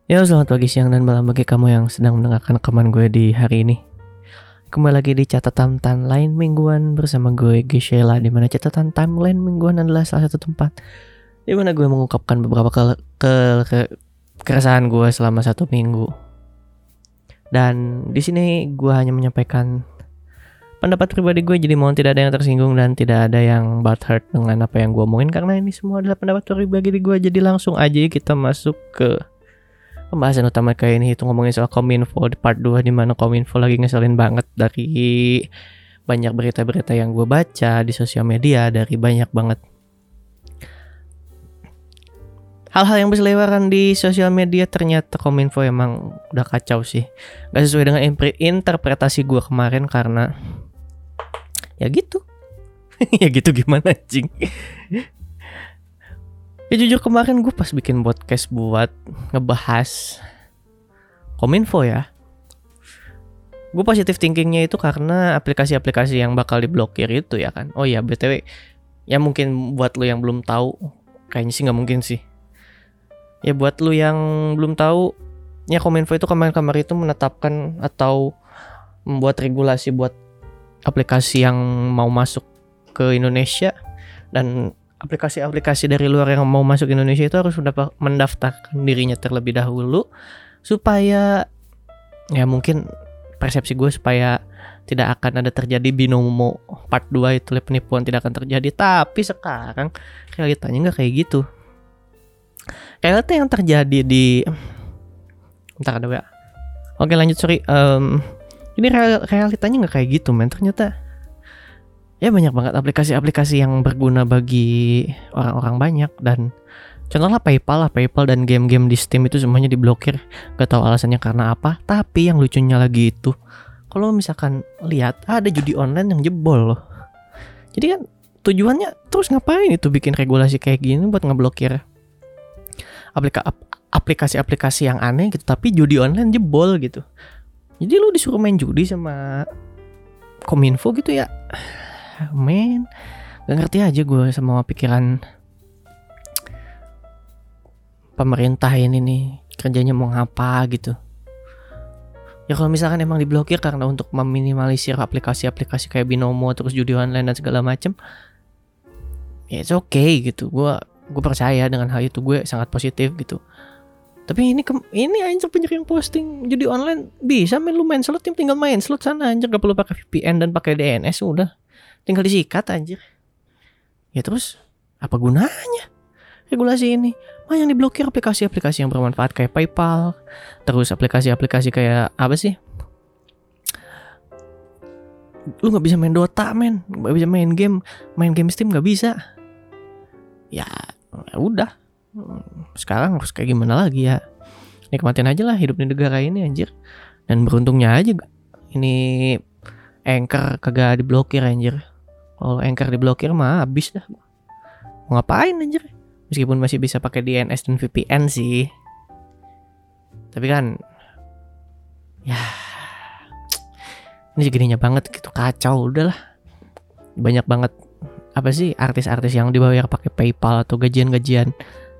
Ya, selamat pagi, siang, dan malam bagi kamu yang sedang mendengarkan rekaman gue di hari ini. Kembali lagi di catatan timeline mingguan bersama gue, Gisela, di mana catatan timeline mingguan adalah salah satu tempat di mana gue mengungkapkan beberapa keresahan gue selama satu minggu. Dan di sini gue hanya menyampaikan pendapat pribadi gue, jadi mohon tidak ada yang tersinggung dan tidak ada yang butthurt dengan apa yang gue omongin, karena ini semua adalah pendapat pribadi gue. Jadi langsung aja kita masuk ke pembahasan utama kayak ini, itu ngomongin soal Kominfo di part 2, di mana Kominfo lagi ngeselin banget dari banyak berita-berita yang gue baca di sosial media, dari banyak banget hal-hal yang berseliweran di sosial media. Ternyata Kominfo emang udah kacau sih, gak sesuai dengan interpretasi gue kemarin, karena ya gitu. Ya gitu gimana anjing. Ya jujur kemarin gue pas bikin podcast buat ngebahas Kominfo ya, gue positive thinkingnya itu karena aplikasi-aplikasi yang bakal diblokir itu ya kan. Oh ya BTW, ya mungkin buat lo yang belum tahu, kayaknya sih gak mungkin sih. Ya buat lo yang belum tahu, ya Kominfo itu kemarin-kemarin itu menetapkan atau membuat regulasi buat aplikasi yang mau masuk ke Indonesia, dan aplikasi-aplikasi dari luar yang mau masuk Indonesia itu harus mendaftarkan dirinya terlebih dahulu, supaya ya mungkin persepsi gue supaya tidak akan ada terjadi binomo part 2 itu, penipuan tidak akan terjadi. Tapi sekarang realitanya gak kayak gitu. Realita yang terjadi di bentar ada WA. Oke lanjut, sorry. Ini realitanya gak kayak gitu men. Ternyata ya banyak banget aplikasi-aplikasi yang berguna bagi orang-orang banyak. Dan contohnya PayPal dan game-game di Steam itu semuanya diblokir. Gak tahu alasannya karena apa. Tapi yang lucunya lagi itu, kalau misalkan lihat ada judi online yang jebol loh. Jadi kan tujuannya terus ngapain itu bikin regulasi kayak gini buat ngeblokir aplikasi-aplikasi yang aneh gitu, tapi judi online jebol gitu. Jadi lu disuruh main judi sama Kominfo gitu ya. Men, gak ngerti aja gue sama pikiran pemerintah ini nih, kerjanya mau ngapa gitu. Ya kalau misalkan emang diblokir karena untuk meminimalisir aplikasi-aplikasi kayak binomo terus judi online dan segala macem, ya it's okay gitu. Gue percaya dengan hal itu, gue sangat positif gitu. Tapi ini anjir penjir yang posting judi online bisa lu main slot, tinggal main slot sana anjir, gak perlu pakai VPN dan pakai DNS, udah tinggal disikat anjir. Ya terus apa gunanya regulasi ini? Yang diblokir aplikasi-aplikasi yang bermanfaat kayak PayPal, terus aplikasi-aplikasi kayak apa sih? Lu nggak bisa main Dota men, nggak bisa main game Steam nggak bisa. Ya udah, sekarang harus kayak gimana lagi ya? Nikmatin aja lah hidup di negara ini anjir. Dan beruntungnya aja ini Anchor kagak diblokir anjir. Kalau Anchor diblokir mah habis dah. Mau ngapain anjir? Meskipun masih bisa pakai DNS dan VPN sih. Tapi kan ya ini segininya banget gitu, kacau udahlah. Banyak banget apa sih artis-artis yang dibayar pakai PayPal atau gajian-gajian.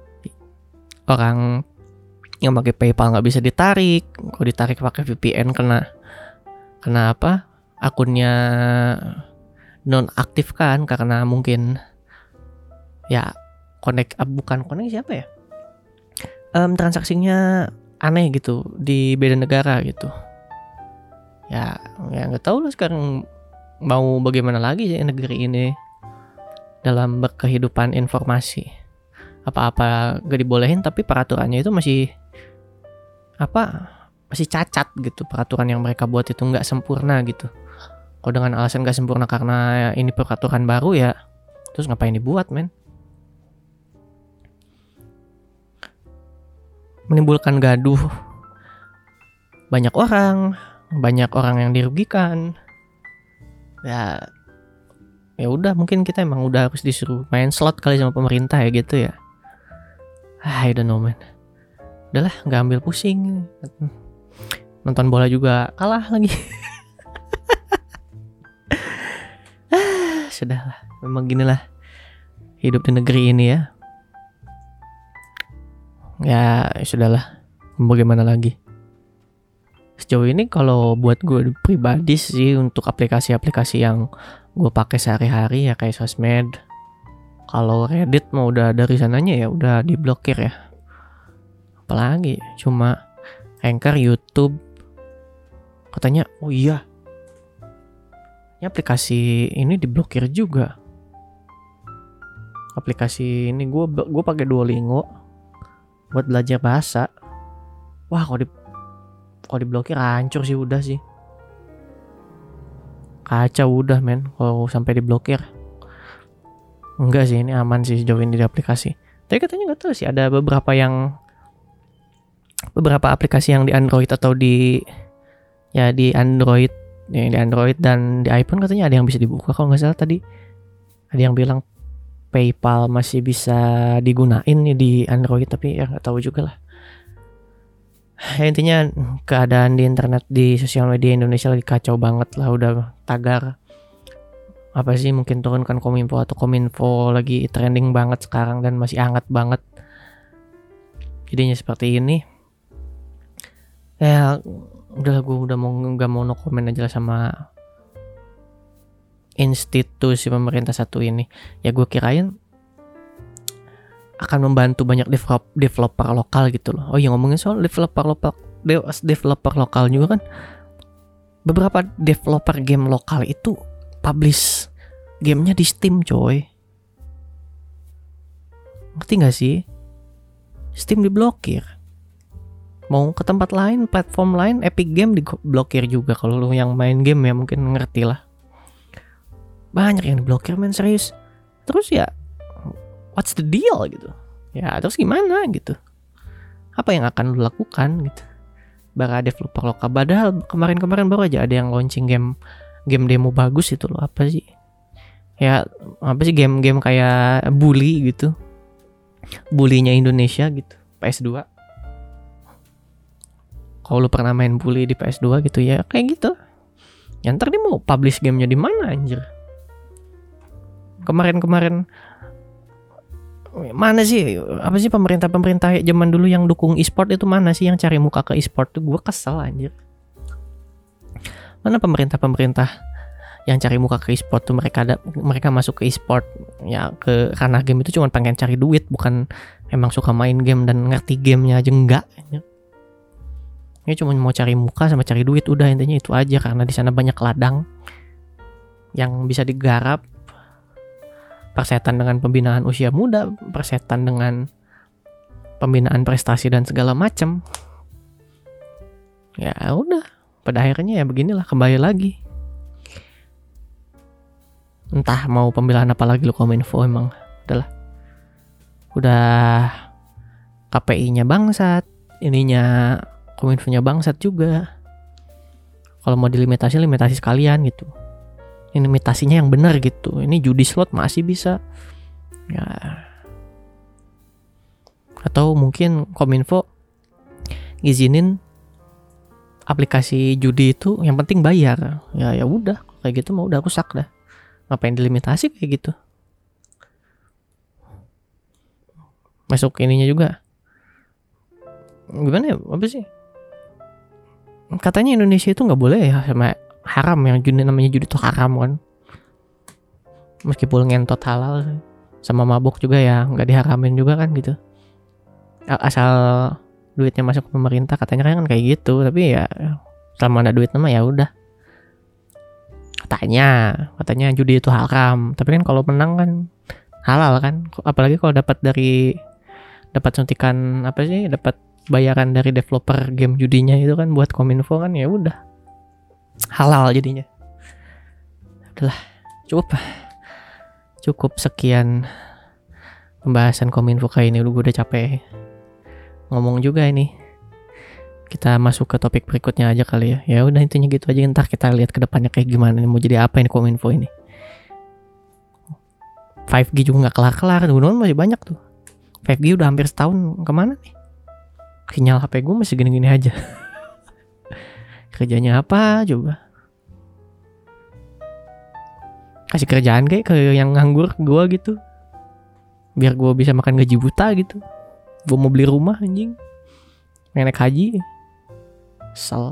Orang yang pakai PayPal nggak bisa ditarik. Kalau ditarik pakai VPN kena apa? Akunnya nonaktif kan, karena mungkin ya bukan siapa ya? Transaksinya aneh gitu di beda negara gitu. Ya nggak tahu lah sekarang mau bagaimana lagi sih negeri ini dalam berkehidupan informasi. Apa-apa gak dibolehin, tapi peraturannya itu masih cacat gitu. Peraturan yang mereka buat itu nggak sempurna gitu. Kalau dengan alasan gak sempurna karena ini peraturan baru, ya terus ngapain dibuat men? Menimbulkan gaduh, banyak orang yang dirugikan. Ya udah, mungkin kita emang udah harus disuruh main slot kali sama pemerintah ya gitu ya. I don't know man. Udahlah, nggak ambil pusing. Nonton bola juga kalah lagi. Sudahlah, memang ginilah hidup di negeri ini ya. Ya sudahlah, Bagaimana lagi? Sejauh ini kalau buat gue pribadi sih, untuk aplikasi-aplikasi yang gue pakai sehari-hari ya kayak sosmed. Kalau Reddit mau udah dari sananya ya udah diblokir ya. Apalagi cuma Anchor, YouTube. Katanya, oh iya, ini aplikasi ini diblokir juga. Aplikasi ini gue pakai Duolingo buat belajar bahasa. Wah, kalau diblokir hancur sih, udah sih. Kacau udah men kalau sampai diblokir. Enggak sih, ini aman sih sejauh ini di aplikasi. Tapi katanya nggak tahu sih, ada beberapa aplikasi yang di Android atau di Android, yang di Android dan di iPhone katanya ada yang bisa dibuka. Kalau nggak salah tadi ada yang bilang PayPal masih bisa digunain nih di Android, tapi ya nggak tahu juga lah. Ya, intinya keadaan di internet, di sosial media Indonesia lagi kacau banget lah. Udah tagar apa sih, mungkin turunkan Kominfo atau Kominfo lagi trending banget sekarang dan masih hangat banget. Jadinya seperti ini. Ya udahlah, gue udah nggak mau no comment aja lah sama institusi pemerintah satu ini. Ya gue kirain akan membantu banyak developer lokal gitu loh. Oh iya, ngomongin soal developer lokal juga kan, beberapa developer game lokal itu publish gamenya di Steam coy. Ngerti gak sih? Steam diblokir. Mau ke tempat lain, platform lain, Epic Game diblokir juga. Kalau lu yang main game ya mungkin ngerti lah. Banyak yang diblokir men, serius. Terus ya what's the deal gitu? Ya terus gimana gitu? Apa yang akan lu lakukan gitu? Para developer lokal. Padahal kemarin baru aja ada yang launching game demo bagus itu loh. Apa sih? Ya apa sih, game kayak Bully gitu. Bully-nya Indonesia gitu. PS2. Kalau lu pernah main Bully di PS2 gitu ya kayak gitu. Ya ntar dia mau publish gamenya di mana anjir? Kemarin mana sih, apa sih pemerintah zaman dulu yang dukung e-sport itu, mana sih yang cari muka ke e-sport tuh? Gue kesel anjir. Mana pemerintah yang cari muka ke e-sport tuh? Mereka masuk ke e-sport ya ke ranah game itu cuma pengen cari duit, bukan emang suka main game dan ngerti gamenya aja, enggak. Ya cuma mau cari muka sama cari duit, udah intinya itu aja, karena di sana banyak ladang yang bisa digarap. Persetan dengan pembinaan usia muda, persetan dengan pembinaan prestasi dan segala macam. Ya udah, pada akhirnya ya beginilah, kembali lagi. Entah mau pembelaan apa lagi lu Kominfo, emang udah KPI-nya bangsat, ininya Kominfo-nya bangsat juga. Kalau mau dilimitasi sekalian gitu. Ini limitasinya yang benar gitu. Ini judi slot masih bisa ya. Atau mungkin Kominfo ngizinin aplikasi judi itu yang penting bayar. Ya udah, kayak gitu mau udah rusak dah. Ngapain dilimitasi kayak gitu? Masuk ininya juga. Gimana ya? Apa sih? Katanya Indonesia itu nggak boleh ya, sama haram yang judi, namanya judi itu haram kan. Meskipun ngentot halal, sama mabuk juga ya nggak diharamin juga kan gitu. Asal duitnya masuk ke pemerintah, katanya kan kayak gitu. Tapi ya selama ada duit nama ya udah. Katanya judi itu haram. Tapi kan kalau menang kan halal kan. Apalagi kalau dapat suntikan apa sih, dapat bayaran dari developer game judinya itu kan buat Kominfo kan, ya udah halal jadinya. Udahlah, cukup sekian pembahasan Kominfo kali ini. Gue udah capek ngomong juga ini. Kita masuk ke topik berikutnya aja kali ya. Ya udah, intinya gitu aja. Ntar kita lihat ke depannya kayak gimana, mau jadi apa ini Kominfo ini. 5G juga nggak kelar-kelar, gunung masih banyak tuh. 5G udah hampir setahun, kemana nih? Sinyal HP gue masih gini-gini aja. Kerjanya apa coba? Kasih kerjaan kayak ke yang nganggur gue gitu, biar gue bisa makan gaji buta gitu. Gue mau beli rumah anjing, naik haji. Sel.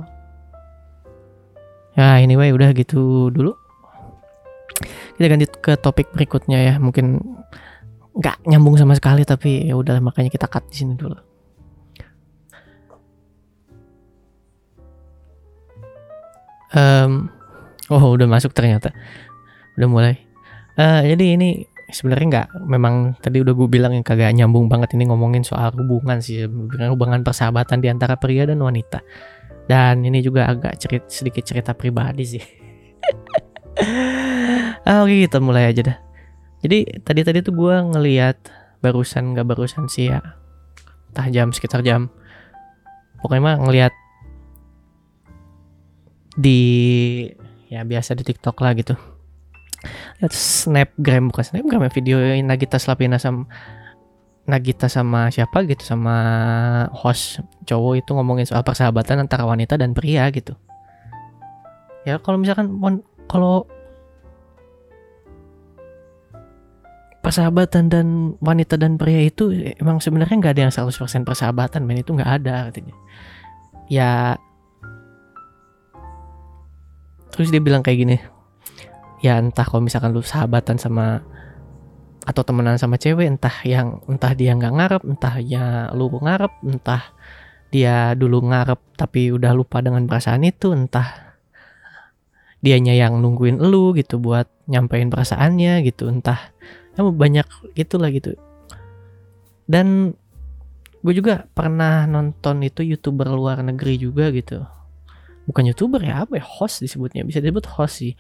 Ya anyway udah gitu dulu. Kita ganti ke topik berikutnya ya. Mungkin nggak nyambung sama sekali tapi ya udah makanya kita cut di sini dulu. Udah masuk ternyata. Udah mulai. Jadi ini sebenarnya nggak, memang tadi udah gue bilang yang kagak nyambung banget, ini ngomongin soal hubungan sih, hubungan persahabatan di antara pria dan wanita. Dan ini juga agak sedikit cerita pribadi sih. Oke, kita mulai aja dah. Jadi tadi tuh gue ngelihat nggak barusan sih ya, sekitar jam, pokoknya mah ngelihat di ya biasa di TikTok lah gitu. Lihat bukan Snapgram ya, video Nagita Slavina sama siapa gitu, sama host cowok itu ngomongin soal persahabatan antara wanita dan pria gitu. Ya kalau misalkan kalau persahabatan dan wanita dan pria itu emang sebenarnya nggak ada yang 100% persahabatan, men, itu nggak ada katanya. Ya terus dia bilang kayak gini, ya entah kalau misalkan lu sahabatan sama atau temenan sama cewek, entah dia nggak ngarep, entah ya lu ngarep, entah dia dulu ngarep tapi udah lupa dengan perasaan itu, entah dianya yang nungguin lu gitu buat nyampein perasaannya gitu, entah ya banyak gitulah gitu. Dan gue juga pernah nonton itu YouTuber luar negeri juga gitu, bukan YouTuber ya, apa ya, host disebutnya, bisa disebut host sih.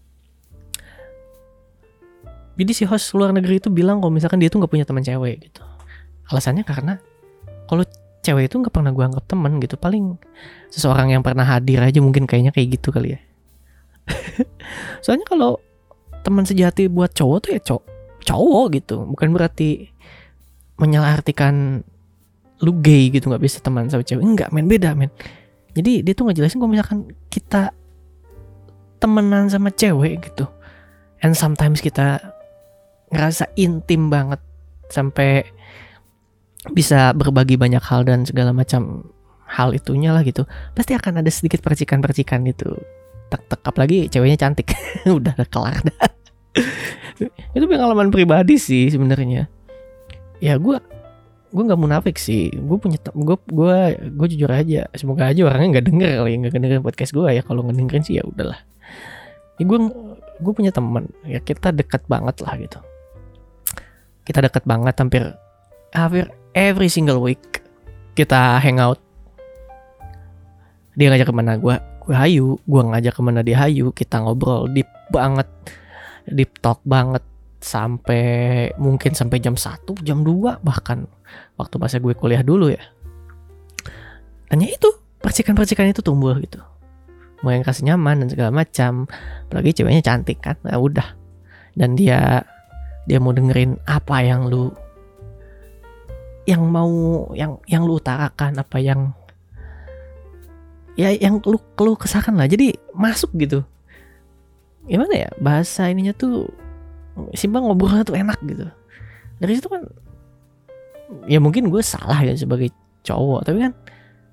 Jadi si host luar negeri itu bilang kalau misalkan dia tuh nggak punya teman cewek gitu. Alasannya karena kalau cewek itu nggak pernah gue anggap teman gitu, paling seseorang yang pernah hadir aja, mungkin kayaknya kayak gitu kali ya. Soalnya kalau teman sejati buat cowok tuh ya cowok gitu, bukan berarti menyalahartikan lu gay gitu, nggak bisa teman sama cewek, enggak men, beda men. Jadi dia tuh ngejelasin kalau misalkan kita temenan sama cewek gitu, and sometimes kita ngerasa intim banget sampai bisa berbagi banyak hal dan segala macam hal itunya lah gitu, pasti akan ada sedikit percikan-percikan gitu. Tek-tek, apalagi ceweknya cantik. Udah kelar dah. Itu pengalaman pribadi sih sebenarnya. Ya gue nggak munafik sih. Gue jujur aja. Semoga aja orangnya nggak denger kali, nggak dengerin podcast gue ya. Kalau ngedengerin sih ya udahlah. Ya gue punya teman. Ya kita dekat banget lah gitu. Kita dekat banget, hampir every single week kita hangout. Dia ngajak kemana gue hayu, gue ngajak kemana dia hayu, kita ngobrol deep talk banget mungkin sampai jam 1, jam 2 bahkan waktu masa gue kuliah dulu ya. Dan ya itu percikan-percikan itu tumbuh gitu, mulai kasih nyaman dan segala macam, apalagi ceweknya cantik kan. Nah udah, dan dia mau dengerin apa yang lu utarakan, apa yang lu kesahkan lah, jadi masuk gitu. Gimana ya, bahasa ininya tuh simpang, ngobrolnya tuh enak gitu. Dari situ kan ya mungkin gue salah ya sebagai cowok, tapi kan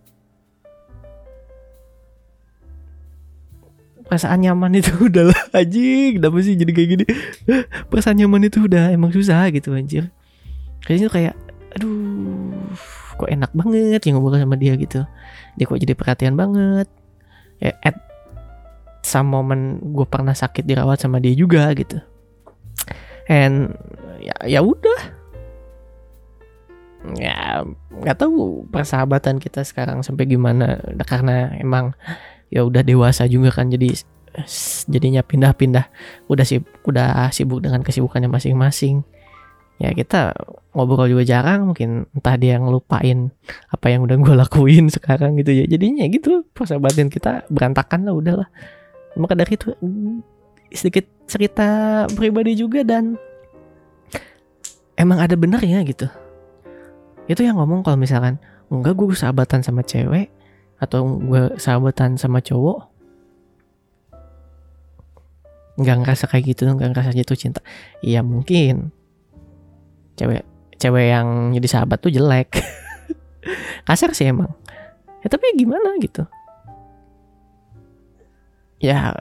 perasaan nyaman itu udah lah anjing, kenapa sih jadi kayak gini. Perasaan nyaman itu udah emang susah gitu anjir. Kayaknya tuh kayak aduh, kok enak banget yang ngobrol sama dia gitu. Dia kok jadi perhatian banget ya. At some moment gue pernah sakit dirawat sama dia juga gitu. And ya udah, ya nggak tahu persahabatan kita sekarang sampai gimana, karena emang ya udah dewasa juga kan, jadinya pindah-pindah, udah sibuk dengan kesibukannya masing-masing. Ya kita ngobrol juga jarang, mungkin entah dia ngelupain apa yang udah gue lakuin sekarang gitu ya. Jadinya gitu persahabatan kita berantakan lah, udahlah. Maka dari itu sedikit cerita pribadi juga, dan emang ada benernya gitu. Itu yang ngomong kalau misalkan enggak, gue sahabatan sama cewek atau gue sahabatan sama cowok, nggak ngerasa kayak gitu, nggak ngerasa jatuh cinta. Iya mungkin cewek yang jadi sahabat tuh jelek. Kasar sih emang. Ya tapi gimana gitu. Ya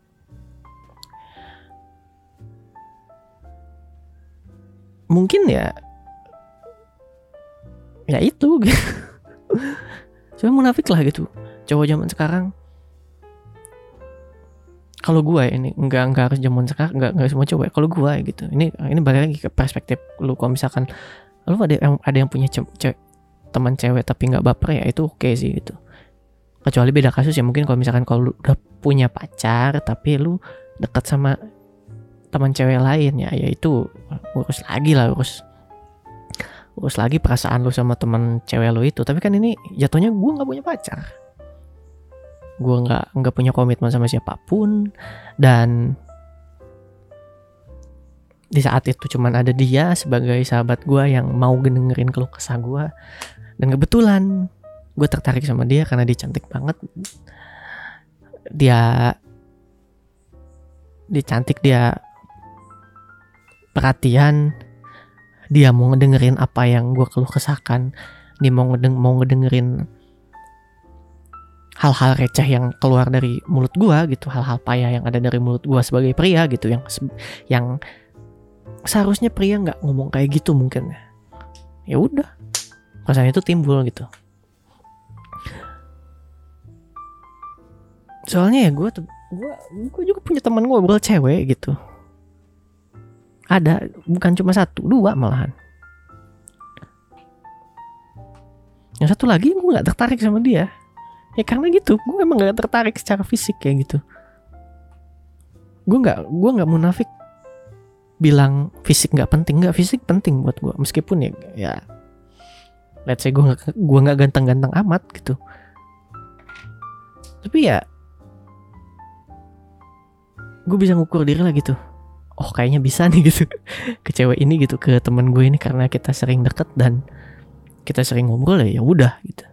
mungkin ya itu gitu. Cuma munafik lah gitu cowok zaman sekarang. Kalau gue ini enggak harus zaman sekarang, enggak semua cowok. Kalau gue gitu, ini balik lagi ke perspektif lu. Kalau misalkan lu ada yang punya teman cewek tapi nggak baper, ya itu oke sih gitu. Kecuali beda kasus ya, mungkin kalau misalkan kalau lu udah punya pacar tapi lu dekat sama teman cewek lain, ya itu urus lagi perasaan lu sama teman cewek lu itu. Tapi kan ini jatuhnya gue nggak punya pacar, gue nggak punya komitmen sama siapapun, dan di saat itu cuman ada dia sebagai sahabat gue yang mau dengerin keluh kesah gue. Dan kebetulan gue tertarik sama dia karena dia cantik banget, dia cantik, dia perhatian, dia mau ngedengerin apa yang gue keluh kesahkan, dia mau ngedengerin hal-hal receh yang keluar dari mulut gue gitu, hal-hal payah yang ada dari mulut gue sebagai pria gitu, yang seharusnya pria nggak ngomong kayak gitu mungkin. Ya udah, perasaan itu timbul gitu. Soalnya ya gue juga punya teman ngobrol cewek gitu. Ada, bukan cuma 1, 2 malahan. Yang satu lagi gue nggak tertarik sama dia. Ya karena gitu, gue emang gak tertarik secara fisik kayak gitu. Gue nggak munafik bilang fisik nggak penting. Nggak, fisik penting buat gue. Meskipun ya let's say gue nggak ganteng-ganteng amat gitu. Tapi ya gue bisa ngukur diri lah gitu. Oh kayaknya bisa nih gitu ke cewek ini gitu, ke teman gue ini, karena kita sering deket dan kita sering ngobrol, ya udah gitu.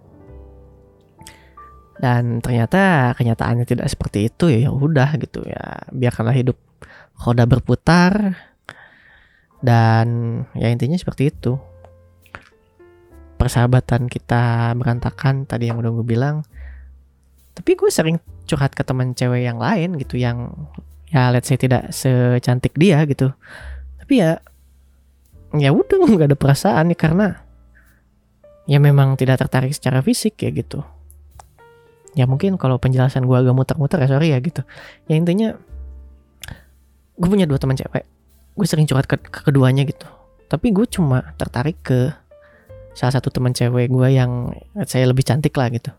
Dan ternyata kenyataannya tidak seperti itu, ya udah gitu ya, biarkanlah hidup roda berputar. Dan ya intinya seperti itu. Persahabatan kita berantakan tadi yang udah gue bilang. Tapi gue sering curhat ke teman cewek yang lain gitu, yang ya let's say tidak secantik dia gitu. Tapi ya udah nggak ada perasaan ya, karena ya memang tidak tertarik secara fisik ya gitu. Ya mungkin kalau penjelasan gue agak muter-muter ya sorry ya gitu. Ya intinya gue punya 2 teman cewek, gue sering curhat ke keduanya gitu. Tapi gue cuma tertarik ke salah satu teman cewek gue yang saya lebih cantik lah gitu.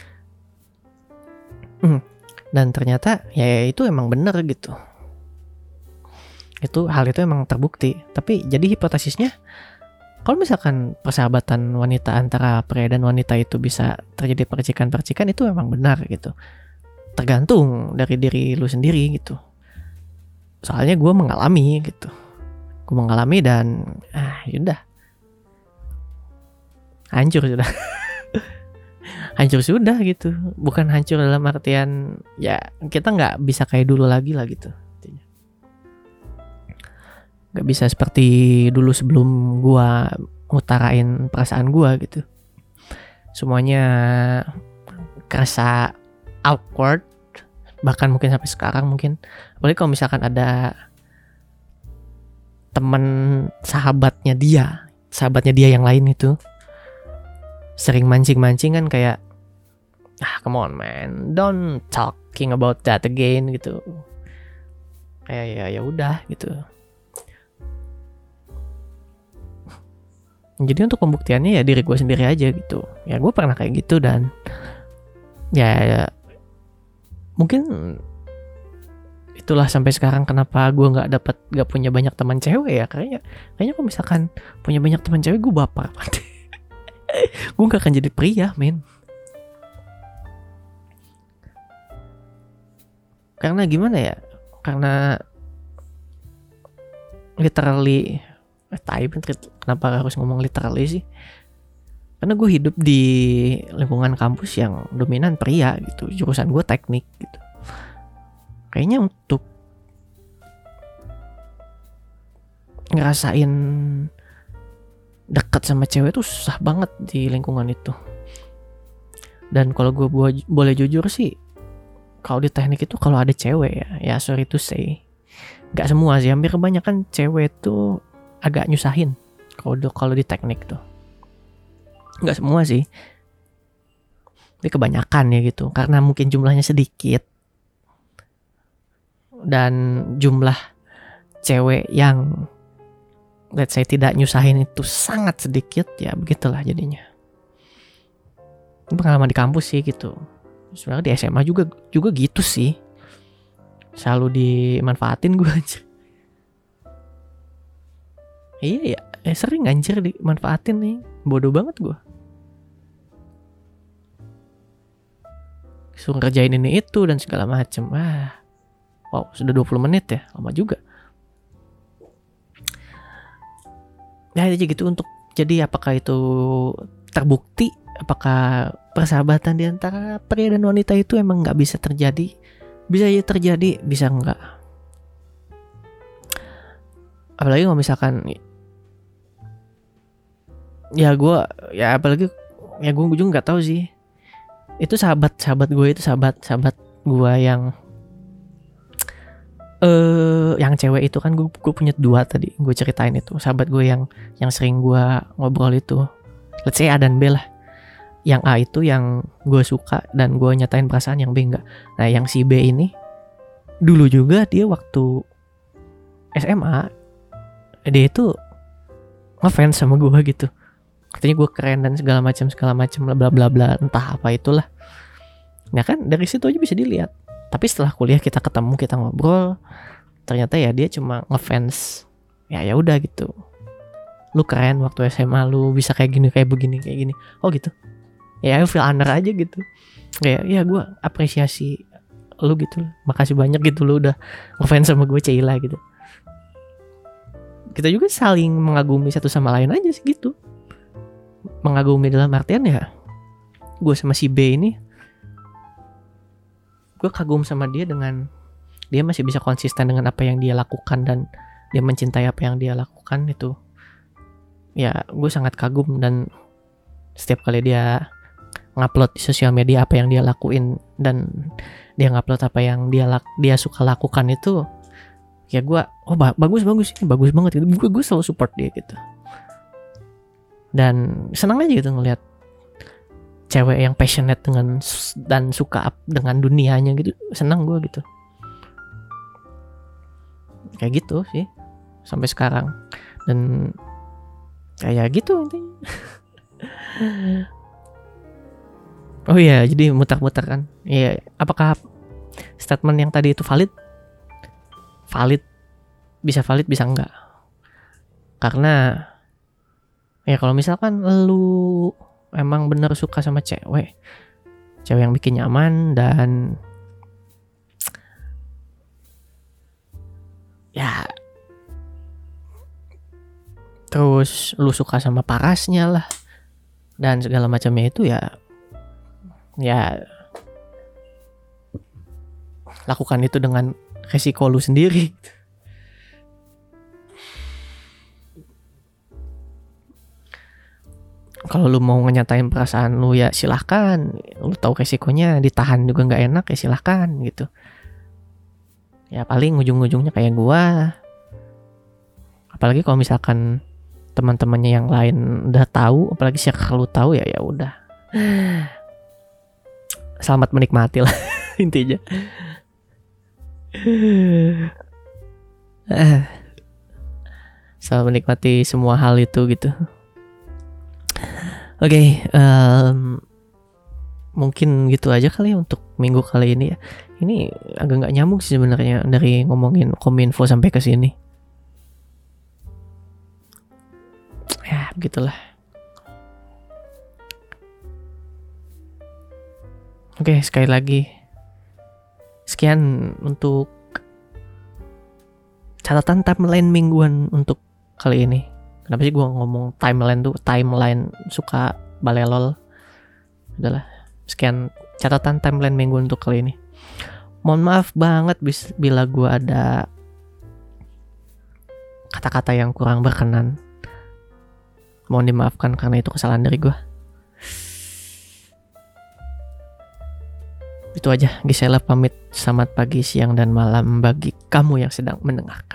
Dan ternyata ya itu emang bener gitu. Hal itu emang terbukti. Tapi jadi hipotesisnya, kalau misalkan persahabatan wanita antara pria dan wanita itu bisa terjadi percikan-percikan, itu memang benar gitu. Tergantung dari diri lu sendiri gitu. Soalnya gue mengalami gitu. Gue mengalami dan yaudah, hancur sudah. Hancur sudah gitu. Bukan hancur dalam artian ya kita nggak bisa kayak dulu lagi lah gitu. Nggak bisa seperti dulu sebelum gua ngutarain perasaan gua gitu. Semuanya kerasa awkward, bahkan mungkin sampai sekarang mungkin. Apalagi kalau misalkan ada teman sahabatnya dia yang lain itu sering mancing-mancing kan, kayak come on man, don't talking about that again gitu. Ya udah gitu. Jadi untuk pembuktiannya ya diri gue sendiri aja gitu. Ya gue pernah kayak gitu, dan ya mungkin itulah sampai sekarang kenapa gue gak punya banyak teman cewek ya. Kayaknya kalau misalkan punya banyak teman cewek gue baper. Gue gak akan jadi pria men. Karena gimana ya, karena literally kenapa harus ngomong literally sih? Karena gue hidup di lingkungan kampus yang dominan pria gitu. Jurusan gue teknik gitu. Kayaknya untuk ngerasain dekat sama cewek tuh susah banget di lingkungan itu. Dan kalau gue boleh jujur sih, kalau di teknik itu kalau ada cewek ya sorry to say, nggak semua sih, hampir kebanyakan cewek tuh agak nyusahin kalau di teknik tuh. Nggak semua sih, tapi kebanyakan ya gitu, karena mungkin jumlahnya sedikit dan jumlah cewek yang let's say tidak nyusahin itu sangat sedikit, ya begitulah jadinya. Ini pengalaman di kampus sih gitu. Sebenarnya di SMA juga gitu sih, selalu dimanfaatin gue aja. Iya ya, sering anjir dimanfaatin nih, bodoh banget gue. Suruh kerjain ini itu dan segala macem. Wow, sudah 20 menit ya, lama juga. Ya aja gitu. Untuk jadi apakah itu terbukti, apakah persahabatan di antara pria dan wanita itu emang nggak bisa terjadi? Bisa ya terjadi, bisa enggak. Apalagi kalau misalkan apalagi gue juga nggak tahu sih. Itu sahabat gue yang cewek itu kan, gue punya 2 tadi gue ceritain itu. Sahabat gue yang sering gue ngobrol itu, let's say A dan B lah. Yang A itu yang gue suka dan gue nyatain perasaan, yang B enggak. Nah yang si B ini dulu juga dia waktu SMA dia itu ngefans sama gue gitu, katanya gue keren dan segala macam bla bla bla, entah apa itulah. Nah kan dari situ aja bisa dilihat. Tapi setelah kuliah kita ketemu, kita ngobrol, ternyata ya dia cuma ngefans. Ya udah gitu. Lu keren waktu SMA, lu bisa kayak gini, kayak begini, kayak gini. Oh gitu. Ya feel honor aja gitu. Kayak ya gue apresiasi lu gitu. Makasih banyak gitu lu udah ngefans sama gue, Cila gitu. Kita juga saling mengagumi satu sama lain aja sih gitu. Mengagumi dalam artian ya, gue sama si B ini, gue kagum sama dia dengan dia masih bisa konsisten dengan apa yang dia lakukan dan dia mencintai apa yang dia lakukan itu. Ya gue sangat kagum, dan setiap kali dia ngupload di sosial media apa yang dia lakuin dan dia ngupload apa yang dia suka lakukan itu, ya gue bagus ini bagus banget gitu. Gue selalu support dia gitu. Dan senang aja gitu ngelihat cewek yang passionate dan suka dengan dunianya gitu. Senang gue gitu. Kayak gitu sih sampai sekarang. Dan kayak gitu intinya. Oh iya, jadi muter-muter kan. Iya, apakah statement yang tadi itu valid? Valid. Bisa valid, bisa enggak. Karena ya kalau misalkan lu emang bener suka sama cewek yang bikin nyaman dan ya terus lu suka sama parasnya lah dan segala macamnya itu, ya lakukan itu dengan resiko lu sendiri. Kalau lu mau nyatain perasaan lu ya silahkan, lu tahu resikonya, ditahan juga nggak enak ya silahkan gitu. Ya paling ujung-ujungnya kayak gua. Apalagi kalau misalkan teman-temannya yang lain udah tahu, apalagi circle lu tahu, ya udah. Selamat menikmati lah intinya. Selamat menikmati semua hal itu gitu. Oke, mungkin gitu aja kali ya untuk minggu kali ini ya. Ini agak nggak nyambung sih sebenarnya dari ngomongin Kominfo sampai ke sini. Ya begitulah. Oke, sekali lagi sekian untuk catatan timeline mingguan untuk kali ini. Kenapa sih gue ngomong timeline suka balelol. Udahlah, sekian catatan timeline minggu untuk kali ini. Mohon maaf banget bila gue ada kata-kata yang kurang berkenan. Mohon dimaafkan karena itu kesalahan dari gue. Itu aja, Gisela pamit. Selamat pagi, siang, dan malam bagi kamu yang sedang mendengar.